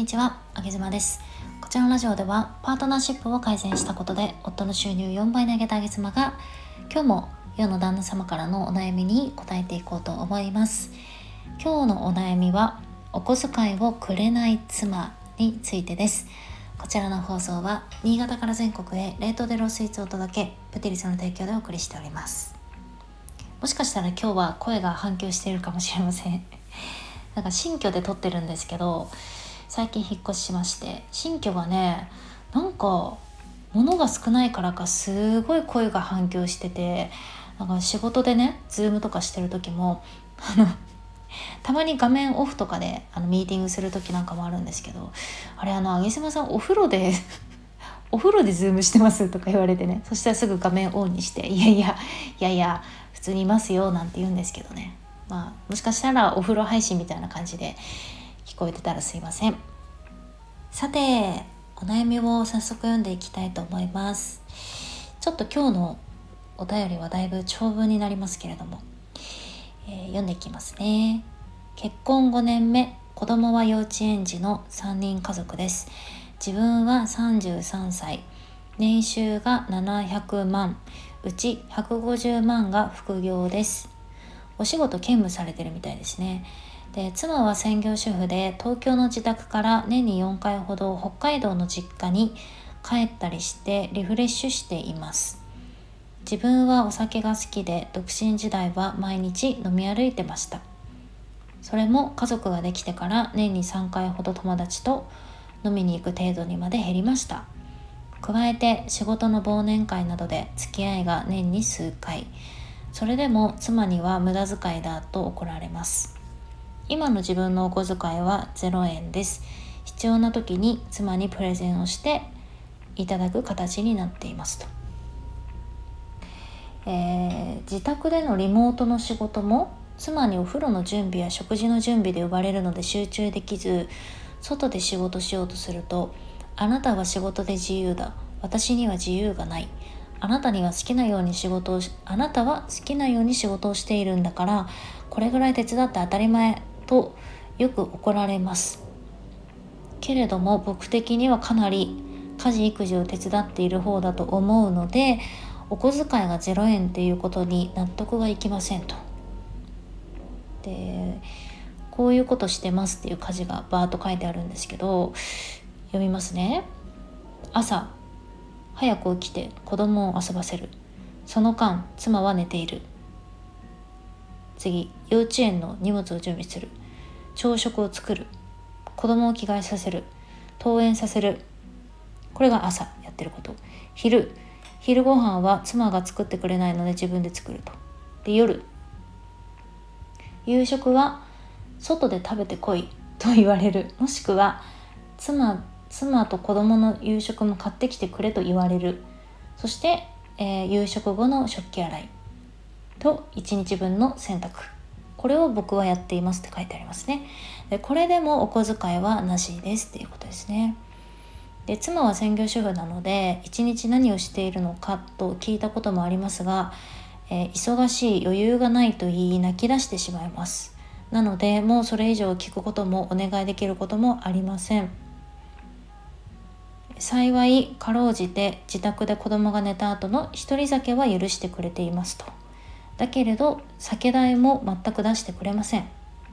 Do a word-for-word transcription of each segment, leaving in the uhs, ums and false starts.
ちは、あげずまです。こちらのラジオではパートナーシップを改善したことで夫の収入よんばいに上げたあげずまが、今日も世の旦那様からのお悩みに答えていこうと思います。今日のお悩みはお小遣いをくれない妻についてです。こちらの放送は新潟から全国へ冷凍でロースイーツをお届け、プティリスの提供でお送りしております。もしかしたら今日は声が反響しているかもしれません。なんか新居で撮ってるんですけど、最近引っ越ししまして、新居がね、なんか物が少ないからかすごい声が反響してて、なんか仕事でねズームとかしてる時もあのたまに画面オフとかであのミーティングする時なんかもあるんですけど、あれあのあげずまさんお風呂でお風呂でズームしてますとか言われてね、そしたらすぐ画面オンにして、いやいやいやいや普通にいますよなんて言うんですけどね、まあもしかしたらお風呂配信みたいな感じで聞こえてたらすいません。さて、お悩みを早速読んでいきたいと思います。ちょっと今日のお便りはだいぶ長文になりますけれども、えー、読んでいきますね。結婚ごねんめ、子供は幼稚園児のさんにん家族です。自分はさんじゅうさんさい、年収がななひゃくまん、うちひゃくごじゅうまんが副業です。お仕事兼務されてるみたいですね。で、妻は専業主婦で東京の自宅から年によんかいほど北海道の実家に帰ったりしてリフレッシュしています。自分はお酒が好きで独身時代は毎日飲み歩いてました。それも家族ができてから年にさんかいほど友達と飲みに行く程度にまで減りました。加えて仕事の忘年会などで付き合いが年に数回、それでも妻には無駄遣いだと怒られます。今の自分のお小遣いはゼロえんです。必要な時に妻にプレゼンをしていただく形になっていますと。えー、自宅でのリモートの仕事も妻にお風呂の準備や食事の準備で呼ばれるので集中できず、外で仕事しようとすると、あなたは仕事で自由だ、私には自由がない、あなたには好きなように仕事をしあなたは好きなように仕事をしているんだから、これぐらい手伝って当たり前とよく怒られます。けれども僕的にはかなり家事育児を手伝っている方だと思うので、お小遣いがゼロえんっていうことに納得がいきませんと。で、こういうことしてますっていう家事がバーッと書いてあるんですけど、読みますね。朝早く起きて子供を遊ばせる。その間妻は寝ている。次、幼稚園の荷物を準備する。朝食を作る。子供を着替えさせる。登園させる。これが朝やってること。昼昼ご飯は妻が作ってくれないので自分で作ると。で、夜夕食は外で食べてこいと言われる。もしくは妻妻と子供の夕食も買ってきてくれと言われる。そして、えー、夕食後の食器洗いといちにちぶんの洗濯、これを僕はやっていますって書いてありますね。で、これでもお小遣いはなしですっていうことですね。で、妻は専業主婦なのでいちにち何をしているのかと聞いたこともありますが、えー、忙しい、余裕がないと言い泣き出してしまいます。なのでもうそれ以上聞くこともお願いできることもありません。幸いかろうじて自宅で子供が寝た後の一人酒は許してくれていますと。だけれど酒代も全く出してくれません。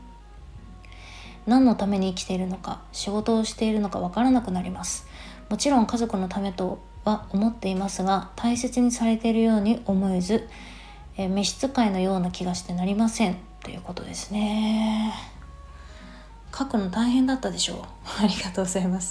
何のために生きているのか、仕事をしているのかわからなくなります。もちろん家族のためとは思っていますが、大切にされているように思えず、え召使いのような気がしてなりませんということですね。書くの大変だったでしょう。ありがとうございます。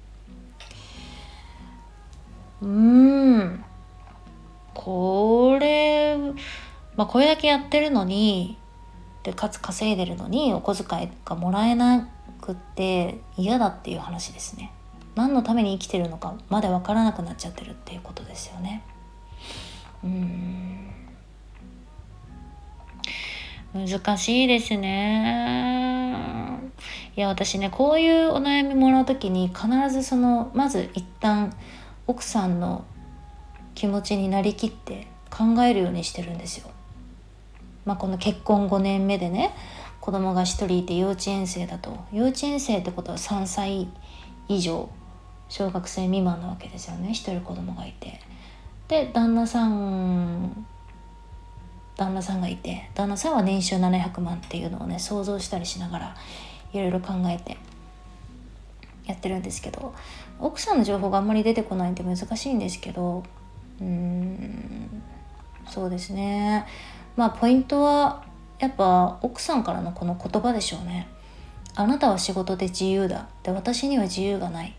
うーんこれまあこれだけやってるのに、でかつ稼いでるのにお小遣いがもらえなくって嫌だっていう話ですね。何のために生きてるのかまで分からなくなっちゃってるっていうことですよね。うーん難しいですね。いや、私ね、こういうお悩みもらうときに必ずそのまず一旦奥さんの気持ちになりきって考えるようにしてるんですよ。まあ、この結婚ごねんめでね、 子供がひとりいて幼稚園生だと、幼稚園生ってことはさんさい以上小学生未満なわけですよね。ひとり子供がいて、で旦那さん旦那さんがいて、旦那さんは年収ななひゃくまんっていうのをね想像したりしながらいろいろ考えてやってるんですけど、奥さんの情報があんまり出てこないんで難しいんですけど、うーんそうですね、まあポイントはやっぱ奥さんからのこの言葉でしょうね。あなたは仕事で自由だ、で私には自由がない。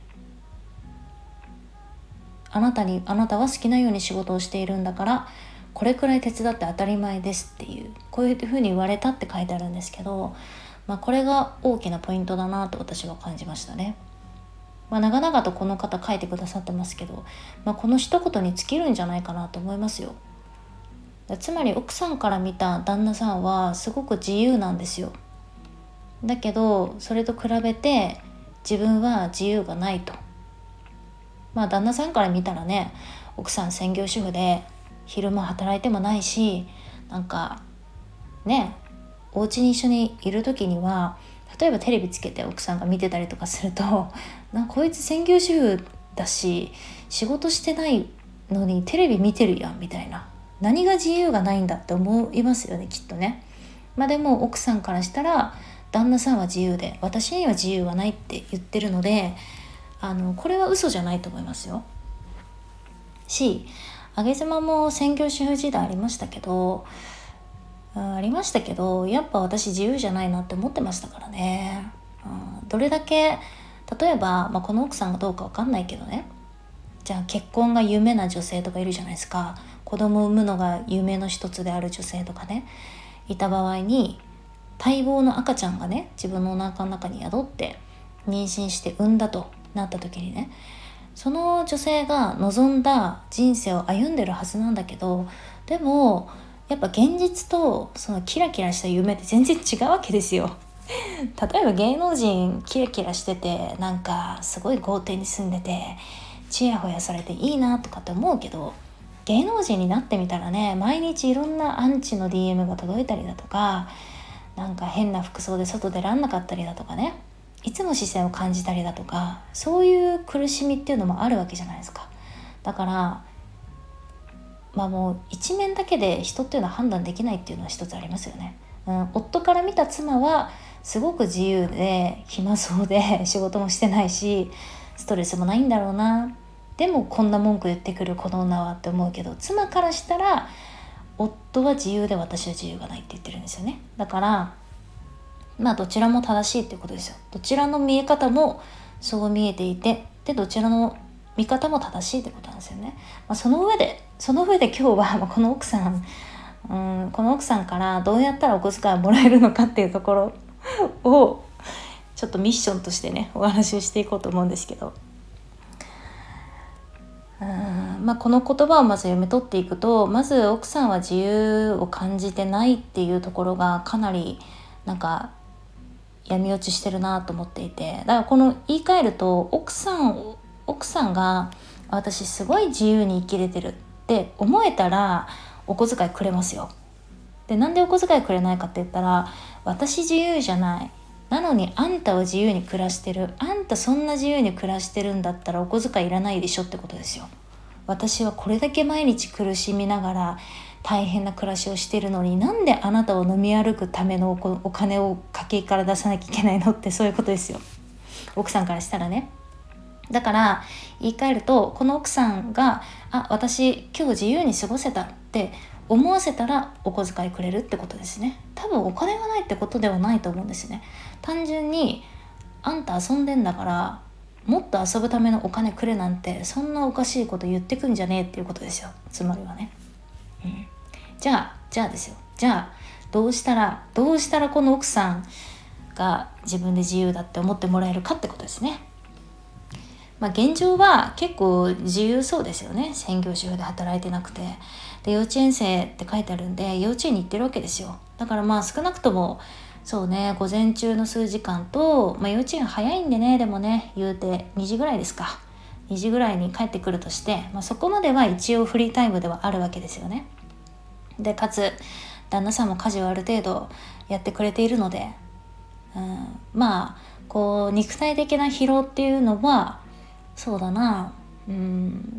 あなたにあなたは好きなように仕事をしているんだから、これくらい手伝って当たり前ですっていう、こういうふうに言われたって書いてあるんですけど、まあ、これが大きなポイントだなと私は感じましたね。まあ、長々とこの方書いてくださってますけど、まあ、この一言に尽きるんじゃないかなと思いますよ。つまり奥さんから見た旦那さんはすごく自由なんですよ。だけどそれと比べて自分は自由がないと。まあ旦那さんから見たらね、奥さん専業主婦で昼間働いてもないし、なんかねお家に一緒にいる時には例えばテレビつけて奥さんが見てたりとかすると、なんかこいつ専業主婦だし仕事してないのにテレビ見てるやんみたいな、何が自由がないんだって思いますよね、きっとね。まあでも奥さんからしたら旦那さんは自由で私には自由はないって言ってるので、あのこれは嘘じゃないと思いますよ。し、あげ妻も専業主婦時代ありましたけどありましたけどやっぱ私自由じゃないなって思ってましたからね。うん、どれだけ例えば、まあ、この奥さんがどうか分かんないけどね、じゃあ結婚が夢な女性とかいるじゃないですか。子供を産むのが夢の一つである女性とかねいた場合に、待望の赤ちゃんがね自分のお腹の中に宿って妊娠して産んだとなった時にね、その女性が望んだ人生を歩んでるはずなんだけど、でもやっぱ現実とそのキラキラした夢って全然違うわけですよ。例えば芸能人キラキラしてて、なんかすごい豪邸に住んでてチヤホヤされていいなとかって思うけど、芸能人になってみたらね、毎日いろんなアンチの ディーエム が届いたりだとか、なんか変な服装で外出らんなかったりだとかね、いつも視線を感じたりだとか、そういう苦しみっていうのもあるわけじゃないですか。だからまあもう一面だけで人っていうのは判断できないっていうのは一つありますよね。うん、夫から見た妻はすごく自由で暇そうで仕事もしてないしストレスもないんだろうな、でもこんな文句言ってくるこの女はって思うけど、妻からしたら夫は自由で私は自由がないって言ってるんですよね。だからまあどちらも正しいっていうことですよ。どちらの見え方もそう見えていて、でどちらの見方も正しいってことなんですよね。まあ、その上でその上で今日はこの奥さん、うん、この奥さんからどうやったらお小遣いをもらえるのかっていうところをちょっとミッションとしてねお話をしていこうと思うんですけど、うんまあ、この言葉をまず読み取っていくと、まず奥さんは自由を感じてないっていうところがかなりなんか闇落ちしてるなと思っていて、だからこの言い換えると奥さん奥さんが私すごい自由に生きれてるって思えたらお小遣いくれますよ。でなんでお小遣いくれないかって言ったら、私自由じゃない、なのにあんたは自由に暮らしてる、あんたそんな自由に暮らしてるんだったらお小遣いいらないでしょってことですよ。私はこれだけ毎日苦しみながら大変な暮らしをしてるのに、なんであなたを飲み歩くための お, お金を家計から出さなきゃいけないのって、そういうことですよ、奥さんからしたらね。だから言い換えると、この奥さんがあ私今日自由に過ごせたって思わせたらお小遣いくれるってことですね。多分お金がないってことではないと思うんですね。単純にあんた遊んでんだからもっと遊ぶためのお金くれなんて、そんなおかしいこと言ってくんじゃねえっていうことですよ、つまりはね。うん、じゃあじゃあですよじゃあどうしたらどうしたらこの奥さんが自分で自由だって思ってもらえるかってことですね。まあ、現状は結構自由そうですよね。専業主婦で働いてなくて、で幼稚園生って書いてあるんで幼稚園に行ってるわけですよ。だからまあ少なくともそうね、午前中の数時間と、まあ、幼稚園早いんでね、でもね言うてにじぐらいですか、にじぐらいに帰ってくるとして、まあ、そこまでは一応フリータイムではあるわけですよね。でかつ旦那さんも家事をある程度やってくれているので、うん、まあこう肉体的な疲労っていうのはそうだな、うん、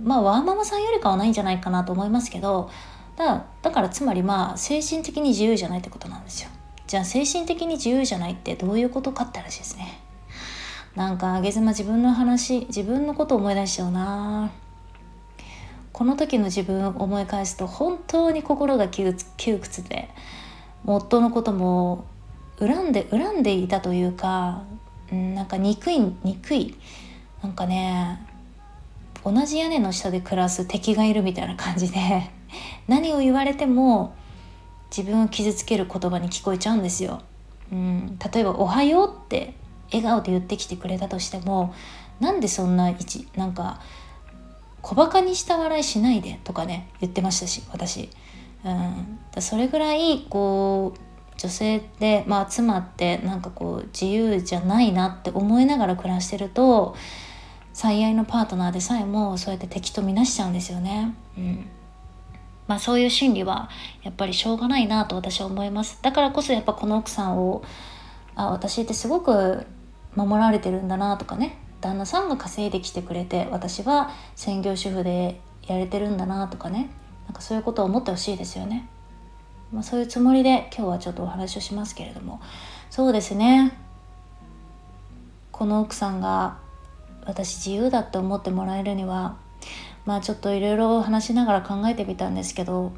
まあワーママさんよりかはないんじゃないかなと思いますけど、だだからつまりまあ精神的に自由じゃないってことなんですよ。じゃあ精神的に自由じゃないってどういうことかって話ですね。なんかあげずま自分の話自分のことを思い出しちゃうな。この時の自分を思い返すと本当に心が窮屈で、夫のことも恨んで恨んでいたというか、うん、なんか憎い憎いなんかね、同じ屋根の下で暮らす敵がいるみたいな感じで何を言われても自分を傷つける言葉に聞こえちゃうんですよ、うん、例えばおはようって笑顔で言ってきてくれたとしても、なんでそんな一なんか小バカにした笑いしないでとかね言ってましたし私、うん、だそれぐらいこう女性って、まあ、妻ってなんかこう自由じゃないなって思いながら暮らしてると、最愛のパートナーでさえもそうやって敵と見なしちゃうんですよね、うん、まあそういう心理はやっぱりしょうがないなと私は思います。だからこそやっぱこの奥さんをあ私ってすごく守られてるんだなとかね、旦那さんが稼いできてくれて私は専業主婦でやれてるんだなとかね、なんかそういうことを思ってほしいですよね。まあ、そういうつもりで今日はちょっとお話をしますけれども、そうですね、この奥さんが私自由だって思ってもらえるには、まあちょっといろいろ話しながら考えてみたんですけど、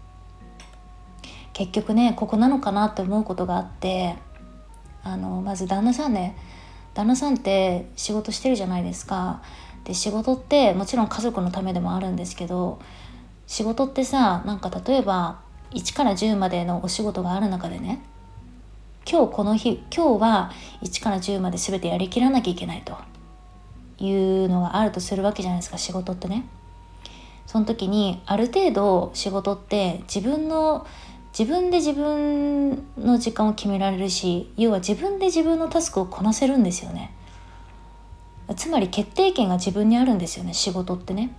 結局ねここなのかなって思うことがあって、あのまず旦那さんね旦那さんって仕事してるじゃないですか。で仕事ってもちろん家族のためでもあるんですけど、仕事ってさ、なんか例えばいちからじゅうまでのお仕事がある中でね、今日この日今日はいちからじゅうまで全てやりきらなきゃいけないというのがあるとするわけじゃないですか、仕事ってね。その時にある程度仕事って自分の自分で自分の時間を決められるし、要は自分で自分のタスクをこなせるんですよね。つまり決定権が自分にあるんですよね、仕事ってね。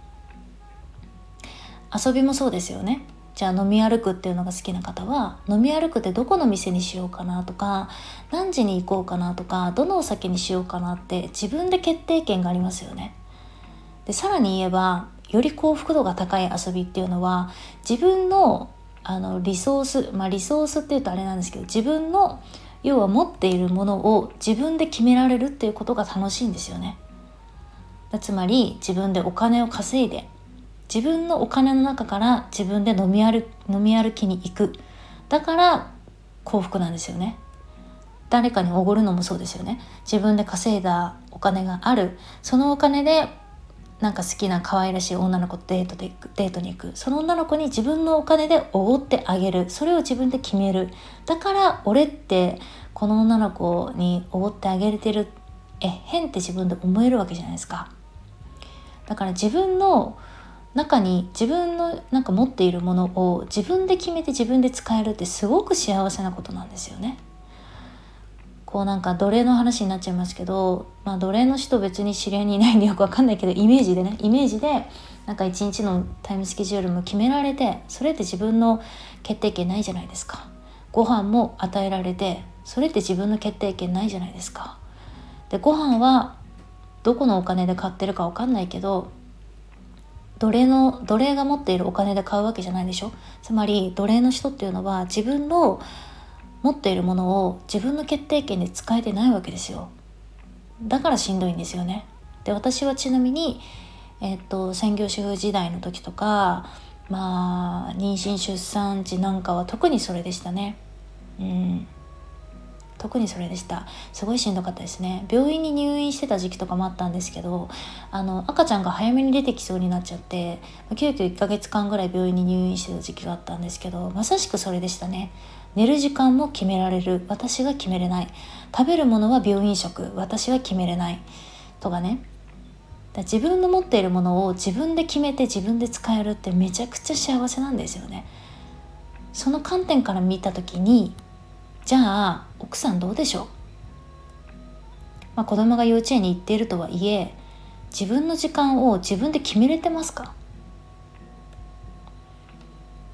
遊びもそうですよね。じゃあ飲み歩くっていうのが好きな方は、飲み歩くってどこの店にしようかなとか、何時に行こうかなとか、どのお酒にしようかなって自分で決定権がありますよね。でさらに言えば、より幸福度が高い遊びっていうのは自分のあのリソース、まあリソースっていうとあれなんですけど、自分の要は持っているものを自分で決められるっていうことが楽しいんですよね。だつまり自分でお金を稼いで、自分のお金の中から自分で飲み歩飲み歩きに行く。だから幸福なんですよね。誰かにおごるのもそうですよね。自分で稼いだお金がある、そのお金でなんか好きな可愛らしい女の子とデートで行くデートに行く、その女の子に自分のお金でおごってあげる、それを自分で決める。だから俺ってこの女の子におごってあげれてる、え変って自分で思えるわけじゃないですか。だから自分の中に自分のなんか持っているものを自分で決めて自分で使えるってすごく幸せなことなんですよね。こうなんか奴隷の話になっちゃいますけど、まあ、奴隷の人別に知り合いにいないんでよくわかんないけど、イメージでねイメージでなんか一日のタイムスケジュールも決められて、それって自分の決定権ないじゃないですか。ご飯も与えられて、それって自分の決定権ないじゃないですか。でご飯はどこのお金で買ってるかわかんないけど、奴隷の奴隷が持っているお金で買うわけじゃないでしょ。つまり奴隷の人っていうのは自分の持っているものを自分の決定権で使えてないわけですよ。だからしんどいんですよね。で私はちなみに、えー、っと専業主婦時代の時とか、まあ妊娠出産時なんかは特にそれでしたね。うん特にそれでした。すごいしんどかったですね。病院に入院してた時期とかもあったんですけど、あの赤ちゃんが早めに出てきそうになっちゃって、急遽いっかげつかんぐらい病院に入院してた時期があったんですけど、まさしくそれでしたね。寝る時間も決められる、私が決めれない。食べるものは病院食、私は決めれないとかね。だ自分の持っているものを自分で決めて自分で使えるってめちゃくちゃ幸せなんですよね。その観点から見た時に、じゃあ奥さんどうでしょう。まあ、子供が幼稚園に行っているとはいえ、自分の時間を自分で決めれてますか。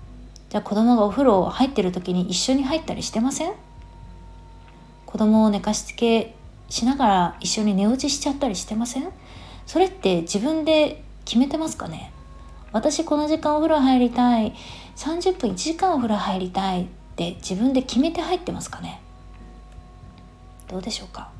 じゃあ子供がお風呂入ってる時に一緒に入ったりしてません？子供を寝かしつけしながら一緒に寝落ちしちゃったりしてません？それって自分で決めてますかね？私この時間お風呂入りたい、さんじゅっぷんいちじかんお風呂入りたいって自分で決めて入ってますかね？どうでしょうか。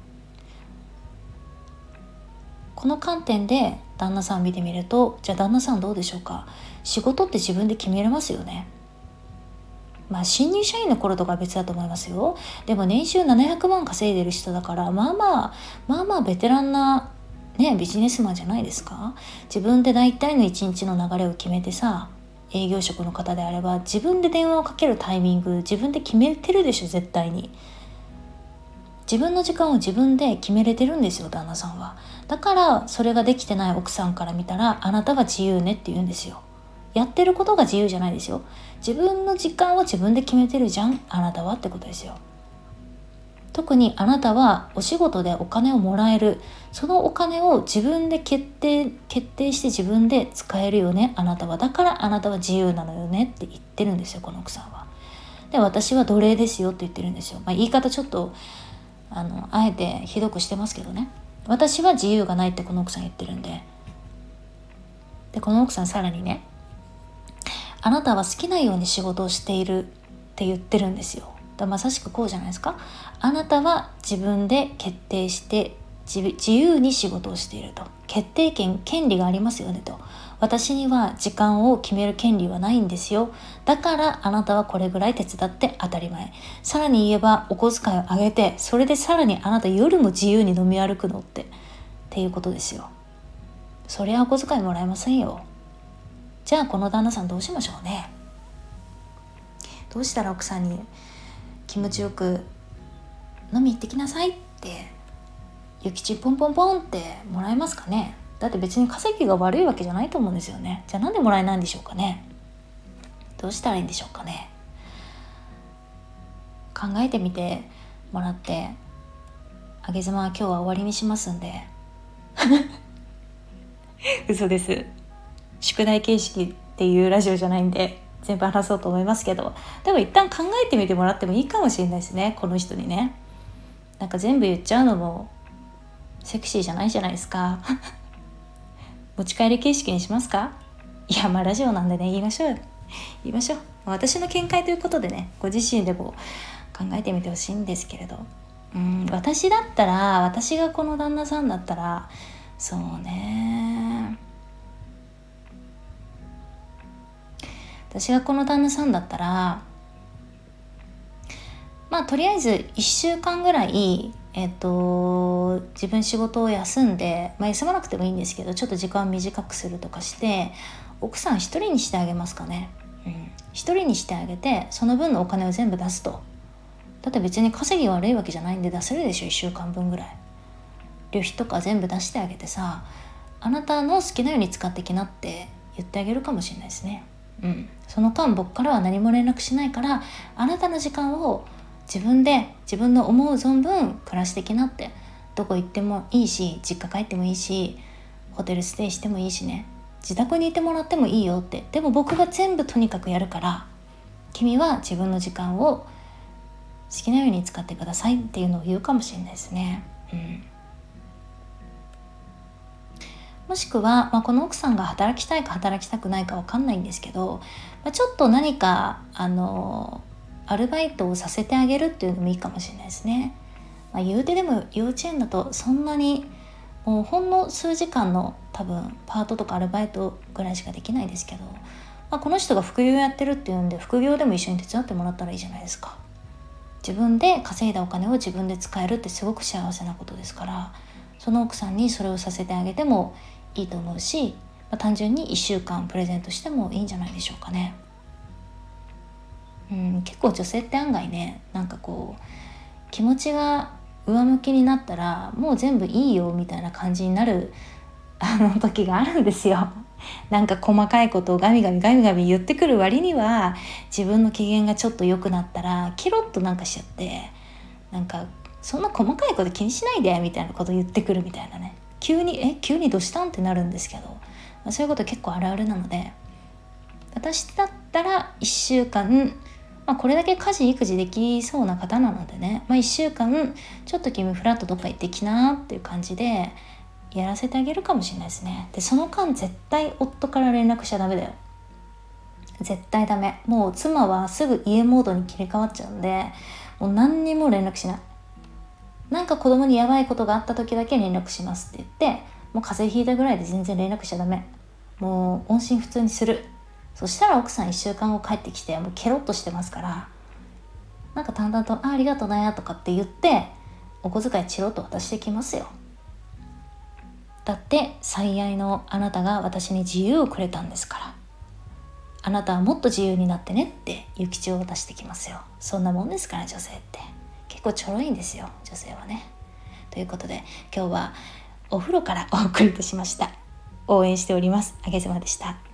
この観点で旦那さん見てみると、じゃあ旦那さんどうでしょうか。仕事って自分で決めれますよね。まあ新入社員の頃とかは別だと思いますよ。でも年収ななひゃくまん稼いでる人だから、まあまあまあまあベテランなね、ビジネスマンじゃないですか。自分で大体の一日の流れを決めてさ、営業職の方であれば自分で電話をかけるタイミング自分で決めてるでしょ。絶対に自分の時間を自分で決めれてるんですよ、旦那さんは。だからそれができてない奥さんから見たら、あなたは自由ねって言うんですよ。やってることが自由じゃないですよ。自分の時間を自分で決めてるじゃん、あなたはってことですよ。特にあなたはお仕事でお金をもらえる、そのお金を自分で決定決定して自分で使えるよね、あなたは。だからあなたは自由なのよねって言ってるんですよ、この奥さんは。で、私は奴隷ですよって言ってるんですよ。まあ、言い方ちょっとあのあえてひどくしてますけどね。私は自由がないってこの奥さん言ってるんで。で、この奥さんさらにね、あなたは好きなように仕事をしているって言ってるんですよ。だまさしくこうじゃないですか。あなたは自分で決定して自自由に仕事をしていると。決定権、権利がありますよねと。私には時間を決める権利はないんですよ。だからあなたはこれぐらい手伝って当たり前。さらに言えばお小遣いを上げて、それでさらにあなた夜も自由に飲み歩くのってっていうことですよ。そりゃお小遣いもらえませんよ。じゃあこの旦那さんどうしましょうね。どうしたら奥さんに気持ちよく飲み行ってきなさいって諭吉ポンポンポンってもらえますかね。だって別に稼ぎが悪いわけじゃないと思うんですよね。じゃあなんでもらえないんでしょうかね。どうしたらいいんでしょうかね。考えてみてもらって、あげ妻は今日は終わりにしますんで嘘です。宿題形式っていうラジオじゃないんで全部話そうと思いますけど、でも一旦考えてみてもらってもいいかもしれないですね。この人にね、なんか全部言っちゃうのもセクシーじゃないじゃないですか持ち帰り形式にしますか。いや、まあラジオなんでね、言いましょうよ言いましょう。私の見解ということでね、ご自身でも考えてみてほしいんですけれど、うん、私だったら、私がこの旦那さんだったら、そうね、私がこの旦那さんだったら、まあとりあえずいっしゅうかんぐらいえっと自分仕事を休んで、まあ休まなくてもいいんですけど、ちょっと時間短くするとかして奥さん一人にしてあげますかね。うん、一人にしてあげて、その分のお金を全部出すと。だって別に稼ぎ悪いわけじゃないんで出せるでしょ。いっしゅうかんぶんぐらい旅費とか全部出してあげてさ、あなたの好きなように使ってきなって言ってあげるかもしれないですね。うん、その間僕からは何も連絡しないから、あなたの時間を自分で自分の思う存分暮らしてきなって。どこ行ってもいいし、実家帰ってもいいし、ホテルステイしてもいいしね、自宅にいてもらってもいいよって。でも僕が全部とにかくやるから、君は自分の時間を好きなように使ってくださいっていうのを言うかもしれないですね。うん、もしくは、まあ、この奥さんが働きたいか働きたくないか分かんないんですけど、まあ、ちょっと何かあのアルバイトをさせてあげるっていうのもいいかもしれないですね。まあ、言うてでも幼稚園だとそんなにもうほんの数時間の多分パートとかアルバイトぐらいしかできないですけど、まあ、この人が副業やってるっていうんで副業でも一緒に手伝ってもらったらいいじゃないですか。自分で稼いだお金を自分で使えるってすごく幸せなことですから、その奥さんにそれをさせてあげてもいいと思うし、まあ、単純にいっしゅうかんプレゼントしてもいいんじゃないでしょうかね。うん、結構女性って案外ね、なんかこう気持ちが上向きになったらもう全部いいよみたいな感じになるあの時があるんですよ。なんか細かいことをガミガミガミガミ言ってくる割には、自分の機嫌がちょっと良くなったらキロッとなんかしちゃって、なんかそんな細かいこと気にしないでみたいなこと言ってくるみたいなね。急にえ急にどうしたんってなるんですけど、まあ、そういうこと結構あるあるなので、私だっったらいっしゅうかん、まあ、これだけ家事育児できそうな方なのでね、まあ、いっしゅうかんちょっと君フラッとどっか行ってきなっていう感じでやらせてあげるかもしれないですね。でその間絶対夫から連絡しちゃダメだよ。絶対ダメ。もう妻はすぐ家モードに切り替わっちゃうんで、もう何にも連絡しない。なんか子供にやばいことがあった時だけ連絡しますって言って、もう風邪ひいたぐらいで全然連絡しちゃダメ。もう音信不通にする。そしたら奥さんいっしゅうかんご帰ってきてもうケロッとしてますから、なんか淡々と あ, ありがとうねとかって言ってお小遣いチロッと渡してきますよ。だって最愛のあなたが私に自由をくれたんですから、あなたはもっと自由になってねって諭吉を渡してきますよ。そんなもんですから女性って結構ちょろいんですよ、女性はね。ということで今日はお風呂からお送りいたしました。応援しております。あげずまでした。